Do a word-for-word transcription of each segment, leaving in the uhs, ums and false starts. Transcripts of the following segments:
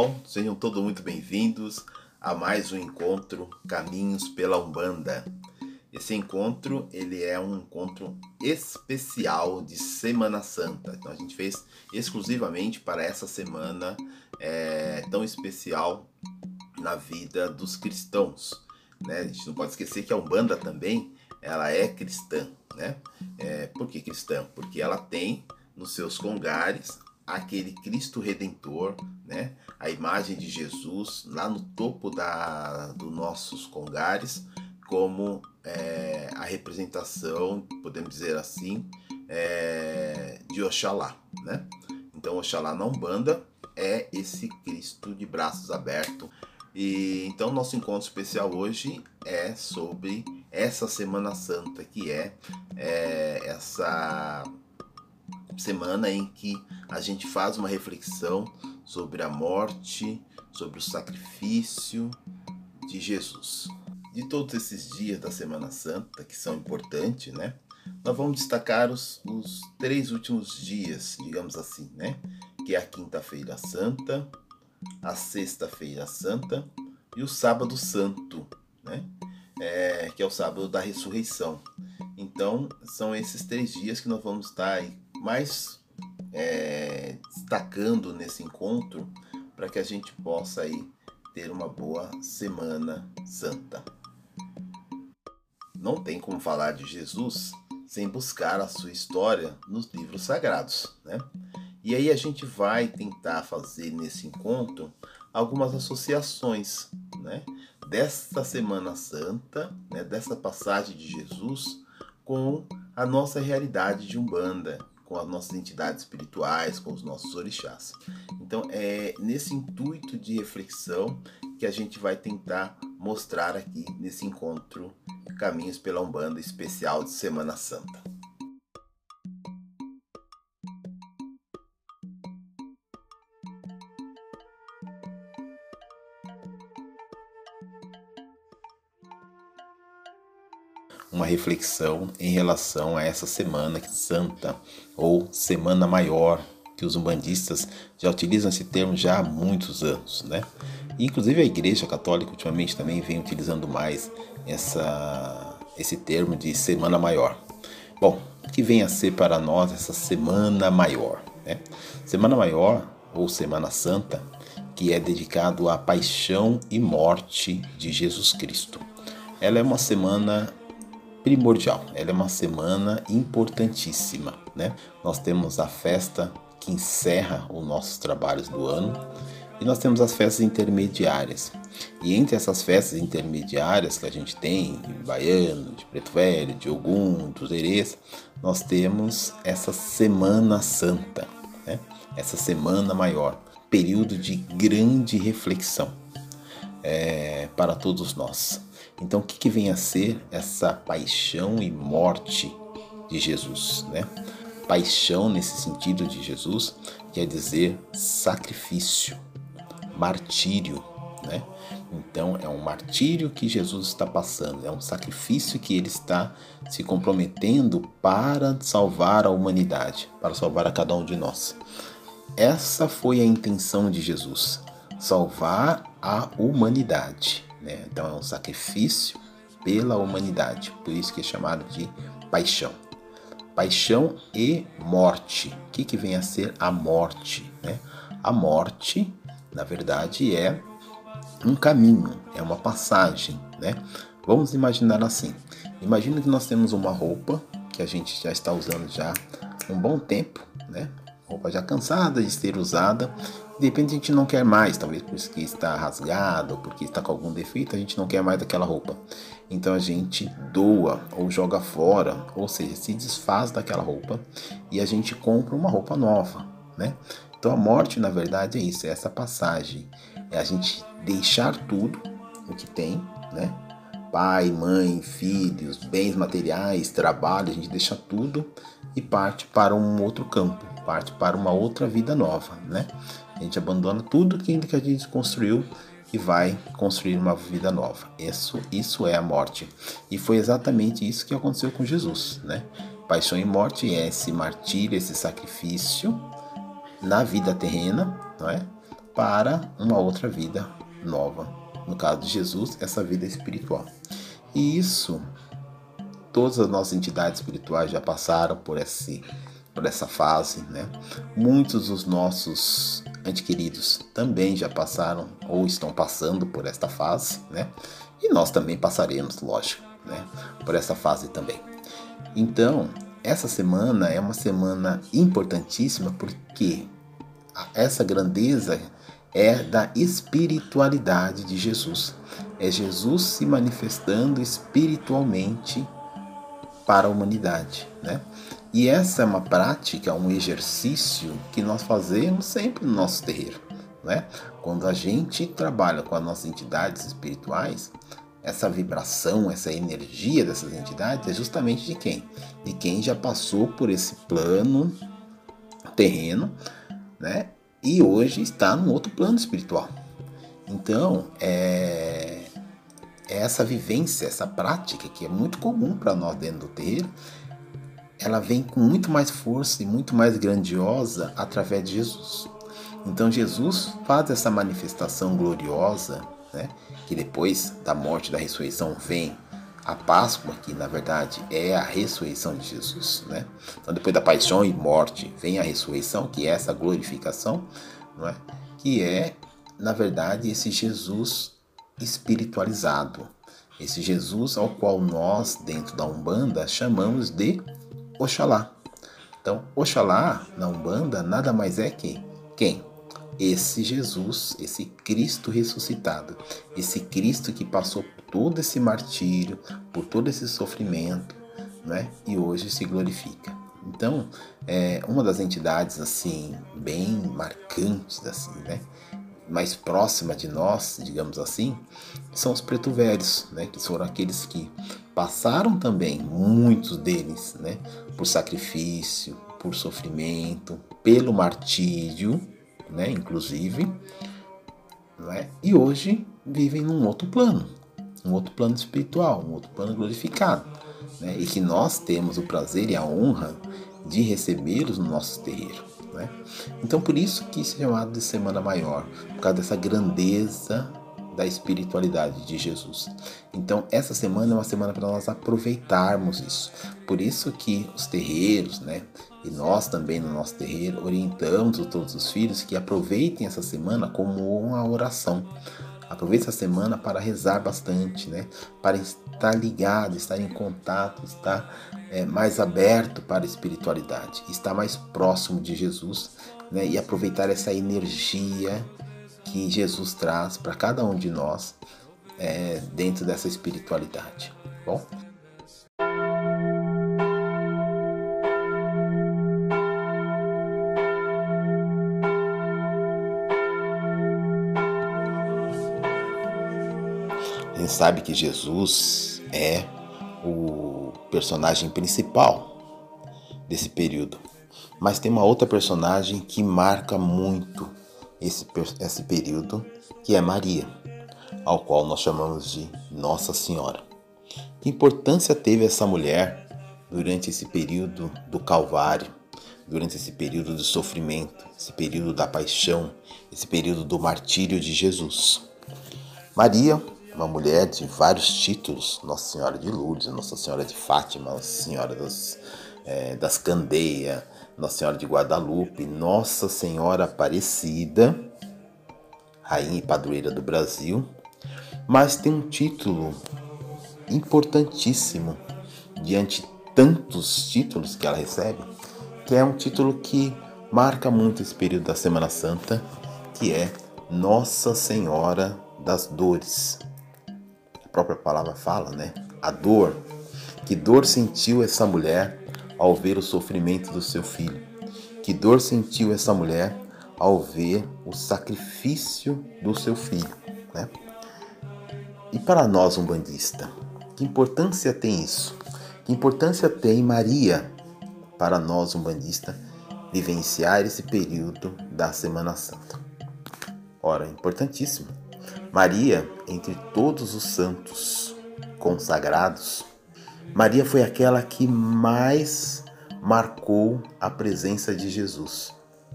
pessoal, sejam todos muito bem-vindos a mais um encontro Caminhos pela Umbanda. Esse encontro ele é um encontro especial de Semana Santa. Então a gente fez exclusivamente para essa semana é, tão especial na vida dos cristãos, né? A gente não pode esquecer que a Umbanda também ela é cristã, né? É, por que cristã? Porque ela tem nos seus congares aquele Cristo Redentor, né? A imagem de Jesus lá no topo da, dos nossos congares, como é, a representação, podemos dizer assim, é, de Oxalá, né? Então Oxalá na Umbanda é esse Cristo de braços abertos. E então nosso encontro especial hoje é sobre essa Semana Santa, que é, é essa semana em que a gente faz uma reflexão sobre a morte, sobre o sacrifício de Jesus. De todos esses dias da Semana Santa, que são importantes, né? Nós vamos destacar os, os três últimos dias, digamos assim, né? Que é a Quinta-feira Santa, a Sexta-feira Santa e o Sábado Santo, né? É, que é o Sábado da Ressurreição. Então, são esses três dias que nós vamos estar aí mais é, destacando nesse encontro para que a gente possa aí ter uma boa Semana Santa. Não tem como falar de Jesus sem buscar a sua história nos livros sagrados, né? E aí a gente vai tentar fazer nesse encontro algumas associações, né? Desta Semana Santa, né? Dessa passagem de Jesus com a nossa realidade de Umbanda, com as nossas entidades espirituais, com os nossos orixás. Então é nesse intuito de reflexão que a gente vai tentar mostrar aqui nesse encontro Caminhos pela Umbanda especial de Semana Santa. Uma reflexão em relação a essa Semana Santa ou Semana Maior, que os umbandistas já utilizam esse termo já há muitos anos, né? E, inclusive a Igreja Católica ultimamente também vem utilizando mais essa, esse termo de Semana Maior. Bom, o que vem a ser para nós essa Semana Maior, né? Semana Maior ou Semana Santa, que é dedicado à paixão e morte de Jesus Cristo. Ela é uma semana primordial, ela é uma semana importantíssima, né? Nós temos a festa que encerra os nossos trabalhos do ano e nós temos as festas intermediárias. E entre essas festas intermediárias que a gente tem, de Baiano, de Preto Velho, de Ogum, dos Herês, nós temos essa Semana Santa, né? Essa Semana Maior, período de grande reflexão é, para todos nós. Então, o que, que vem a ser essa paixão e morte de Jesus, né? Paixão, nesse sentido de Jesus, quer dizer sacrifício, martírio, né? Então, é um martírio que Jesus está passando, é um sacrifício que ele está se comprometendo para salvar a humanidade, para salvar a cada um de nós. Essa foi a intenção de Jesus, salvar a humanidade. Então é um sacrifício pela humanidade, por isso que é chamado de paixão. Paixão e morte. O que, que vem a ser a morte, né? A morte, na verdade, é um caminho, é uma passagem, né? Vamos imaginar assim. Imagina que nós temos uma roupa que a gente já está usando já há um bom tempo, né? Roupa já cansada de ser usada. De repente a gente não quer mais, talvez porque está rasgada ou porque está com algum defeito, a gente não quer mais daquela roupa. Então a gente doa ou joga fora, ou seja, se desfaz daquela roupa e a gente compra uma roupa nova, né? Então a morte, na verdade, é isso, é essa passagem. É a gente deixar tudo o que tem, né? Pai, mãe, filhos, bens materiais, trabalho, a gente deixa tudo e parte para um outro campo, parte para uma outra vida nova, né? A gente abandona tudo que a gente construiu e vai construir uma vida nova. Isso, isso é a morte. E foi exatamente isso que aconteceu com Jesus, né? Paixão e morte é esse martírio, esse sacrifício na vida terrena, não é? para uma outra vida nova. No caso de Jesus, essa vida espiritual. E isso, todas as nossas entidades espirituais já passaram por, esse, por essa fase, né? Muitos dos nossos entes queridos também já passaram ou estão passando por esta fase, né? E nós também passaremos, lógico, né? Por essa fase também. Então, essa semana é uma semana importantíssima porque essa grandeza é da espiritualidade de Jesus. É Jesus se manifestando espiritualmente para a humanidade, né? E essa é uma prática, um exercício que nós fazemos sempre no nosso terreiro, né? Quando a gente trabalha com as nossas entidades espirituais, essa vibração, essa energia dessas entidades é justamente de quem? De quem já passou por esse plano terreno, né? E hoje está num outro plano espiritual. Então, é essa vivência, essa prática que é muito comum para nós dentro do terreiro, ela vem com muito mais força e muito mais grandiosa através de Jesus. Então Jesus faz essa manifestação gloriosa, né, que depois da morte e da ressurreição vem a Páscoa, que na verdade é a ressurreição de Jesus, né? Então depois da paixão e morte vem a ressurreição, que é essa glorificação, não é? Que é, na verdade, esse Jesus espiritualizado, esse Jesus ao qual nós, dentro da Umbanda, chamamos de Oxalá. Então, Oxalá, na Umbanda, nada mais é que quem? Esse Jesus, esse Cristo ressuscitado, esse Cristo que passou por todo esse martírio, por todo esse sofrimento, né? E hoje se glorifica. Então, é uma das entidades assim bem marcantes, assim, né? Mais próxima de nós, digamos assim, são os preto velhos, né? Que foram aqueles que passaram também, muitos deles, né? Por sacrifício, por sofrimento, pelo martírio, né? Inclusive, não é? E hoje vivem num outro plano, um outro plano espiritual, um outro plano glorificado, né? E que nós temos o prazer e a honra de recebê-los no nosso terreiro, né? Então por isso que isso é chamado de Semana Maior, por causa dessa grandeza da espiritualidade de Jesus. Então essa semana é uma semana para nós aproveitarmos isso. Por isso que os terreiros, né, e nós também no nosso terreiro orientamos todos os filhos que aproveitem essa semana como uma oração. Aproveite essa semana para rezar bastante, né? Para estar ligado, estar em contato, estar é, mais aberto para a espiritualidade, estar mais próximo de Jesus, né? E aproveitar essa energia que Jesus traz para cada um de nós é, dentro dessa espiritualidade. Bom? A gente sabe que Jesus é o personagem principal desse período. Mas tem uma outra personagem que marca muito esse, esse período, que é Maria, ao qual nós chamamos de Nossa Senhora. Que importância teve essa mulher durante esse período do Calvário, durante esse período do sofrimento, esse período da paixão, esse período do martírio de Jesus? Maria, uma mulher de vários títulos, Nossa Senhora de Lourdes, Nossa Senhora de Fátima, Nossa Senhora das, é, das Candeias, Nossa Senhora de Guadalupe, Nossa Senhora Aparecida, Rainha e Padroeira do Brasil, mas tem um título importantíssimo, diante de tantos títulos que ela recebe, que é um título que marca muito esse período da Semana Santa, que é Nossa Senhora das Dores. A própria palavra fala, né? A dor. Que dor sentiu essa mulher ao ver o sofrimento do seu filho? Que dor sentiu essa mulher ao ver o sacrifício do seu filho, né? E para nós, umbandistas, que importância tem isso? Que importância tem Maria para nós, umbandistas, vivenciar esse período da Semana Santa? Ora, importantíssimo. Maria, entre todos os santos consagrados, Maria foi aquela que mais marcou a presença de Jesus.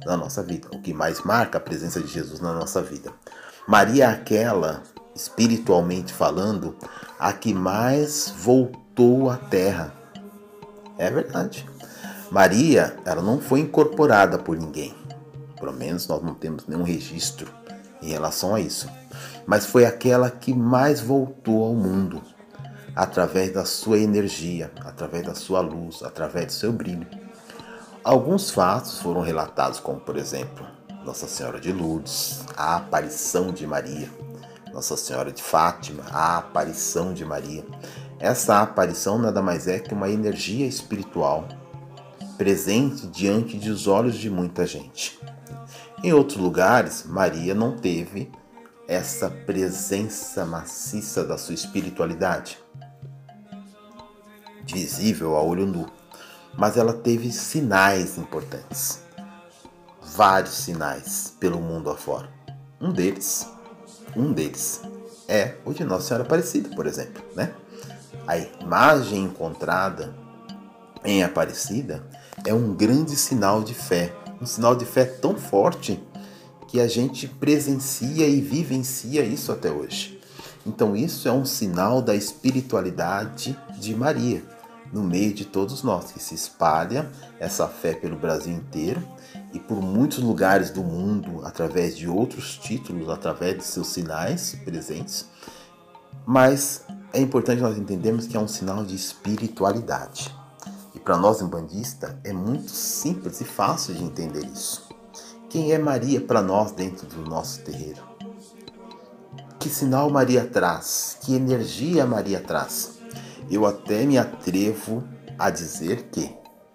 na nossa vida, o que mais marca a presença de Jesus na nossa vida. Maria é aquela, espiritualmente falando, a que mais voltou à terra. É verdade. Maria, ela não foi incorporada por ninguém. Pelo menos nós não temos nenhum registro em relação a isso. Mas foi aquela que mais voltou ao mundo, através da sua energia, através da sua luz, através do seu brilho. Alguns fatos foram relatados, como por exemplo, Nossa Senhora de Lourdes, a aparição de Maria, Nossa Senhora de Fátima, a aparição de Maria. Essa aparição nada mais é que uma energia espiritual presente diante dos olhos de muita gente. Em outros lugares, Maria não teve essa presença maciça da sua espiritualidade, visível a olho nu, mas ela teve sinais importantes, vários sinais pelo mundo afora. Um deles, um deles é o de Nossa Senhora Aparecida, por exemplo, né? A imagem encontrada em Aparecida é um grande sinal de fé, um sinal de fé tão forte que a gente presencia e vivencia isso até hoje. Então isso é um sinal da espiritualidade de Maria no meio de todos nós, que se espalha essa fé pelo Brasil inteiro e por muitos lugares do mundo através de outros títulos, através de seus sinais presentes. Mas é importante nós entendermos que é um sinal de espiritualidade. E para nós umbandistas é muito simples e fácil de entender isso. Quem é Maria para nós dentro do nosso terreiro? Que sinal Maria traz? Que energia Maria traz? Eu até me atrevo a dizer que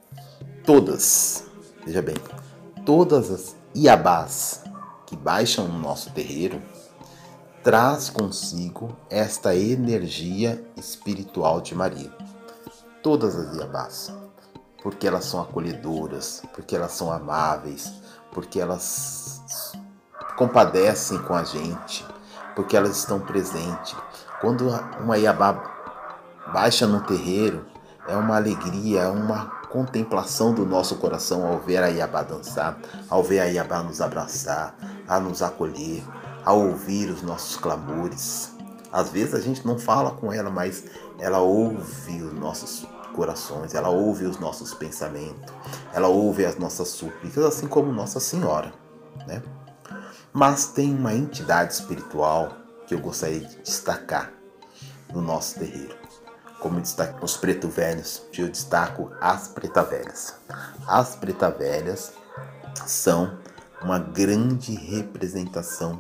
todas, veja bem, todas as iabás que baixam no nosso terreiro traz consigo esta energia espiritual de Maria. Todas as iabás, porque elas são acolhedoras, porque elas são amáveis, porque elas compadecem com a gente, porque elas estão presentes. Quando uma iabá baixa no terreiro, é uma alegria, é uma contemplação do nosso coração ao ver a iabá dançar, ao ver a iabá nos abraçar, a nos acolher, a ouvir os nossos clamores. Às vezes a gente não fala com ela, mas ela ouve os nossos corações, ela ouve os nossos pensamentos, ela ouve as nossas súplicas, assim como Nossa Senhora, né? Mas tem uma entidade espiritual que eu gostaria de destacar no nosso terreiro. Como eu destaco os preto velhos, eu destaco as preta velhas. As preta velhas são uma grande representação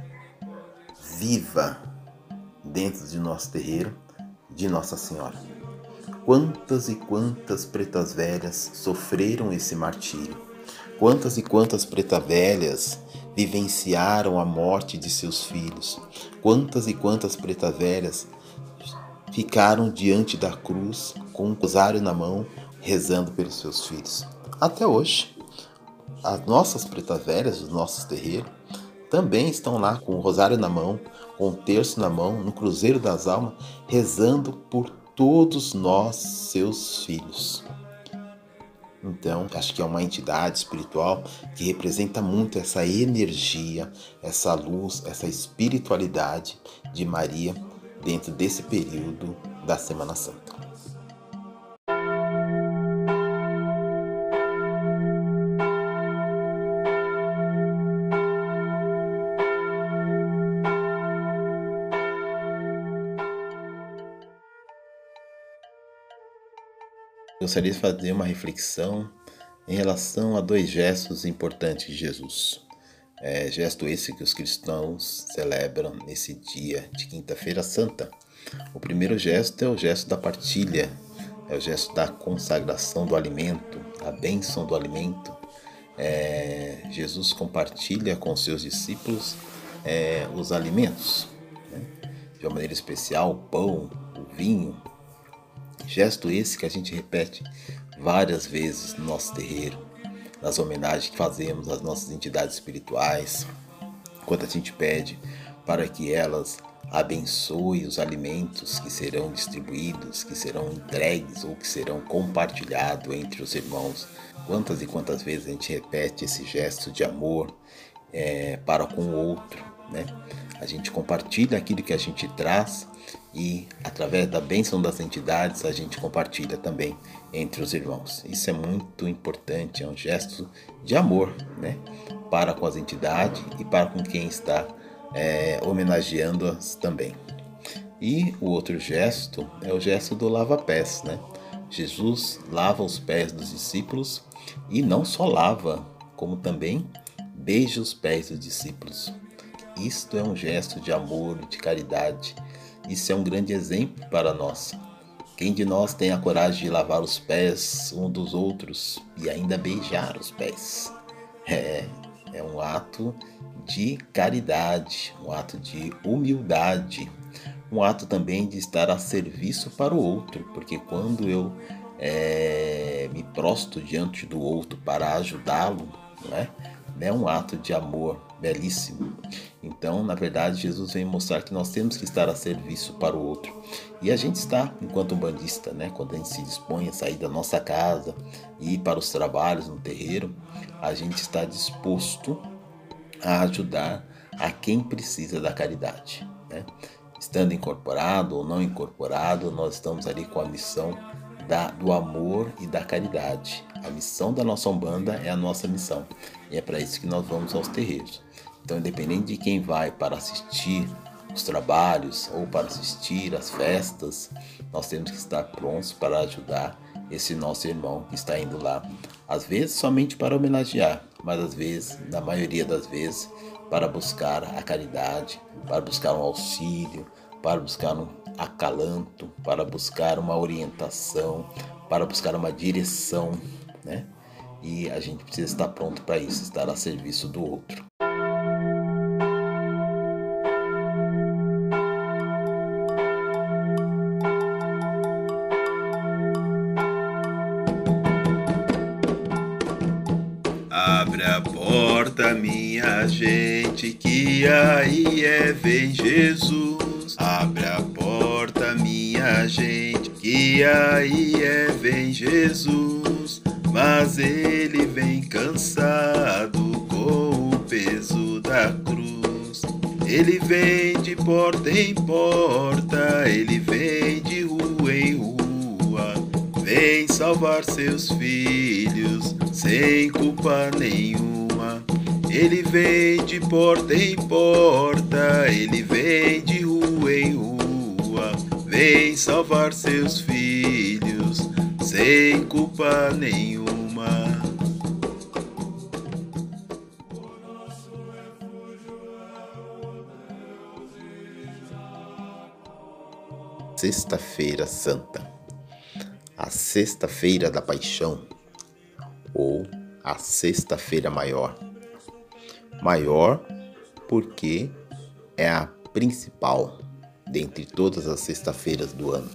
viva dentro de nosso terreiro de Nossa Senhora. Quantas e quantas pretas velhas sofreram esse martírio? Quantas e quantas pretas velhas vivenciaram a morte de seus filhos? Quantas e quantas pretas velhas ficaram diante da cruz com um rosário na mão, rezando pelos seus filhos? Até hoje, as nossas pretas velhas, os nossos terreiros, também estão lá com o rosário na mão, com o terço na mão, no Cruzeiro das Almas, rezando por todos nós, seus filhos. Então, acho que é uma entidade espiritual que representa muito essa energia, essa luz, essa espiritualidade de Maria dentro desse período da Semana Santa. Gostaria de fazer uma reflexão em relação a dois gestos importantes de Jesus. É, gesto esse que os cristãos celebram nesse dia de Quinta-feira Santa. O primeiro gesto é o gesto da partilha, é o gesto da consagração do alimento, a bênção do alimento. É, Jesus compartilha com seus discípulos é, os alimentos, né? De uma maneira especial, o pão, o vinho. Gesto esse que a gente repete várias vezes no nosso terreiro, nas homenagens que fazemos às nossas entidades espirituais, quando a gente pede para que elas abençoem os alimentos que serão distribuídos, que serão entregues ou que serão compartilhados entre os irmãos Quantas e quantas vezes a gente repete esse gesto de amor é, para com o outro, né? A gente compartilha aquilo que a gente traz e, através da bênção das entidades, a gente compartilha também entre os irmãos. Isso é muito importante, é um gesto de amor, né? Para com as entidades e para com quem está é, homenageando-as também. E o outro gesto é o gesto do lava-pés, né? Jesus lava os pés dos discípulos e não só lava, como também beija os pés dos discípulos. Isto é um gesto de amor, de caridade. Isso é um grande exemplo para nós. Quem de nós tem a coragem de lavar os pés um dos outros e ainda beijar os pés? É, é um ato de caridade, um ato de humildade, um ato também de estar a serviço para o outro, porque quando eu é, me prostro diante do outro para ajudá-lo, não é? É um ato de amor belíssimo. Então, na verdade, Jesus vem mostrar que nós temos que estar a serviço para o outro. E a gente está, enquanto umbandista, né? Quando a gente se dispõe a sair da nossa casa e ir para os trabalhos no terreiro, a gente está disposto a ajudar a quem precisa da caridade, né? Estando incorporado ou não incorporado, nós estamos ali com a missão da, do amor e da caridade. A missão da nossa Umbanda é a nossa missão. E é para isso que nós vamos aos terreiros. Então, independente de quem vai para assistir os trabalhos ou para assistir as festas, nós temos que estar prontos para ajudar esse nosso irmão que está indo lá. Às vezes somente para homenagear, mas às vezes, na maioria das vezes, para buscar a caridade, para buscar um auxílio, para buscar um acalanto, para buscar uma orientação, para buscar uma direção, né? E a gente precisa estar pronto para isso, estar a serviço do outro. Abre a porta, minha gente, que aí é vem Jesus. Abre a porta, minha gente, que aí é vem Jesus. Mas ele vem cansado com o peso da cruz. Ele vem de porta em porta, ele vem de rua em rua. Vem salvar seus filhos sem culpa nenhuma. Ele vem de porta em porta, ele vem de rua em rua. Vem salvar seus filhos sem culpa nenhuma. Sexta-feira Santa, a Sexta-feira da Paixão, ou a Sexta-feira Maior. Maior porque é a principal dentre todas as sexta-feiras do ano.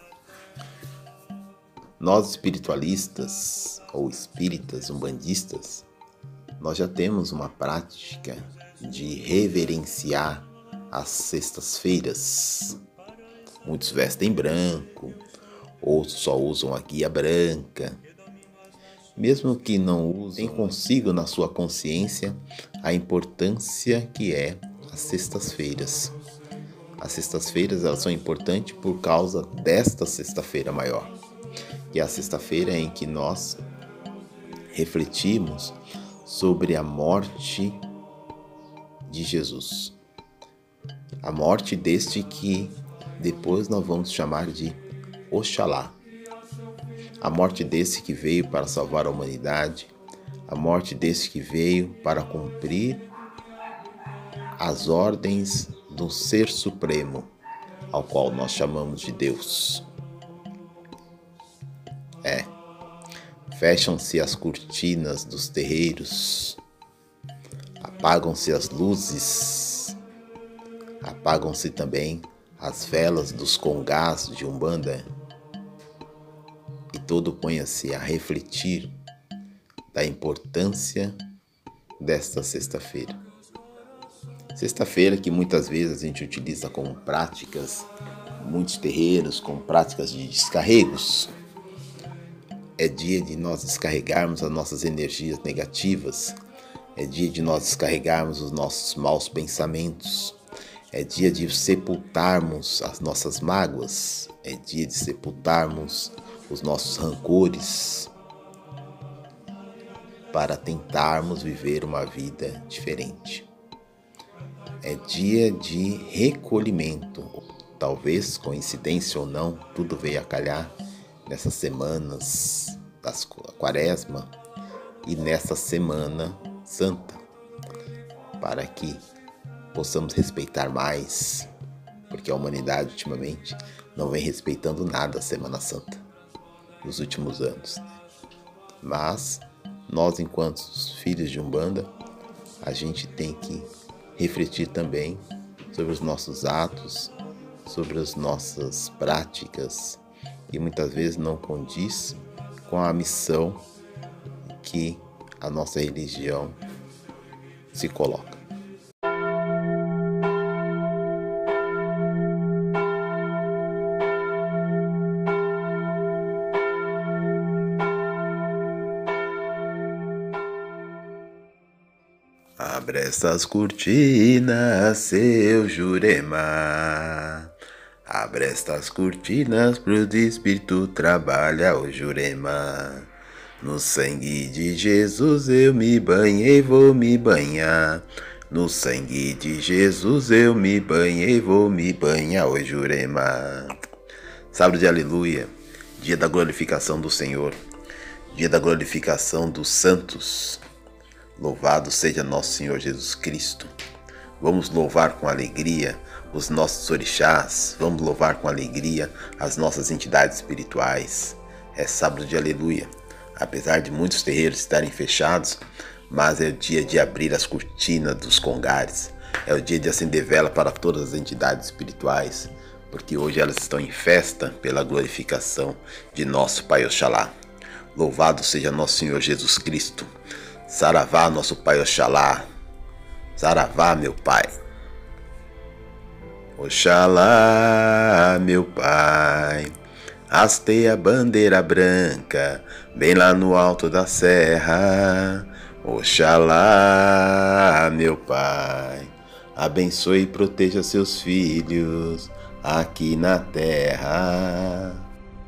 Nós espiritualistas ou espíritas umbandistas, nós já temos uma prática de reverenciar as sextas-feiras. Muitos vestem branco, outros só usam a guia branca. Mesmo que não usem, tem consigo na sua consciência a importância que é as sextas-feiras. As sextas-feiras elas são importantes por causa desta sexta-feira maior, que é a sexta-feira em que nós refletimos sobre a morte de Jesus. A morte deste que depois nós vamos chamar de Oxalá. A morte desse que veio para salvar a humanidade, a morte desse que veio para cumprir as ordens do Ser Supremo, ao qual nós chamamos de Deus. É, fecham-se as cortinas dos terreiros, apagam-se as luzes, apagam-se também as velas dos congás de Umbanda, e todo põe-se a refletir da importância desta sexta-feira. Sexta-feira que muitas vezes a gente utiliza como práticas, muitos terreiros, como práticas de descarregos. É dia de nós descarregarmos as nossas energias negativas. É dia de nós descarregarmos os nossos maus pensamentos. É dia de sepultarmos as nossas mágoas. É dia de sepultarmos os nossos rancores, para tentarmos viver uma vida diferente. É dia de recolhimento. Talvez, coincidência ou não, tudo veio a calhar nessas semanas da quaresma e nessa semana santa, para que possamos respeitar mais, porque a humanidade ultimamente não vem respeitando nada a Semana Santa nos últimos anos. Mas nós, enquanto filhos de Umbanda, a gente tem que refletir também sobre os nossos atos, sobre as nossas práticas, que muitas vezes não condiz com a missão que a nossa religião se coloca. Abre essas cortinas, seu Jurema. Abre estas cortinas pro espírito trabalha o Jurema. No sangue de Jesus eu me banhei, vou me banhar. No sangue de Jesus eu me banhei, vou me banhar, o Jurema. Sábado de Aleluia, dia da glorificação do Senhor, dia da glorificação dos santos. Louvado seja nosso Senhor Jesus Cristo. Vamos louvar com alegria os nossos orixás, vamos louvar com alegria as nossas entidades espirituais. É sábado de Aleluia. Apesar de muitos terreiros estarem fechados, mas é o dia de abrir as cortinas dos congares. É o dia de acender vela para todas as entidades espirituais, porque hoje elas estão em festa pela glorificação de nosso Pai Oxalá. Louvado seja nosso Senhor Jesus Cristo. Saravá, nosso Pai Oxalá. Saravá, meu Pai. Oxalá, meu Pai. Hastei a bandeira branca, bem lá no alto da serra. Oxalá, meu Pai. Abençoe e proteja seus filhos aqui na terra.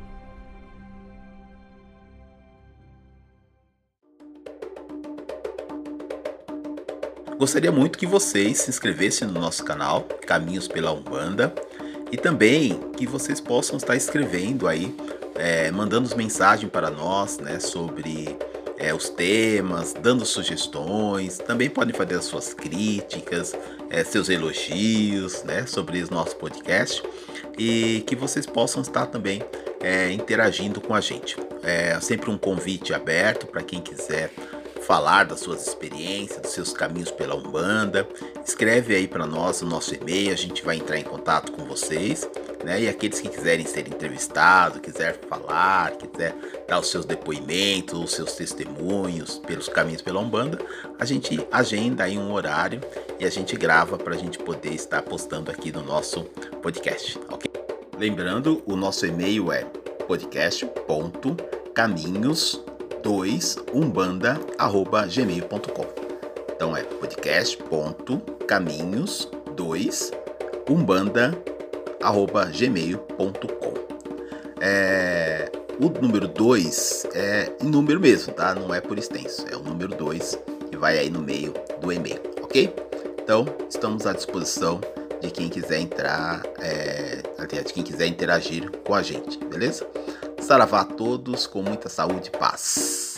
Gostaria muito que vocês se inscrevessem no nosso canal Caminhos pela Umbanda e também que vocês possam estar escrevendo aí, é, mandando mensagens para nós, né, sobre é, os temas, dando sugestões. Também podem fazer as suas críticas, é, seus elogios, né, sobre o nosso podcast, e que vocês possam estar também é, interagindo com a gente. É sempre um convite aberto para quem quiser falar das suas experiências, dos seus caminhos pela Umbanda. Escreve aí para nós o nosso e-mail, a gente vai entrar em contato com vocês, né? E aqueles que quiserem ser entrevistados, quiser falar, quiser dar os seus depoimentos, os seus testemunhos pelos caminhos pela Umbanda, a gente agenda aí um horário e a gente grava para a gente poder estar postando aqui no nosso podcast, ok? Lembrando, o nosso e-mail é podcast ponto caminhos dois umbanda arroba gmail ponto com. Então é podcast ponto caminhos dois umbanda arroba gmail ponto com. É, o número dois é em número mesmo, tá? Não é por extenso, é o número dois que vai aí no meio do e-mail, ok? Então estamos à disposição de quem quiser entrar, é, de quem quiser interagir com a gente, beleza? Saravá a todos, com muita saúde e paz.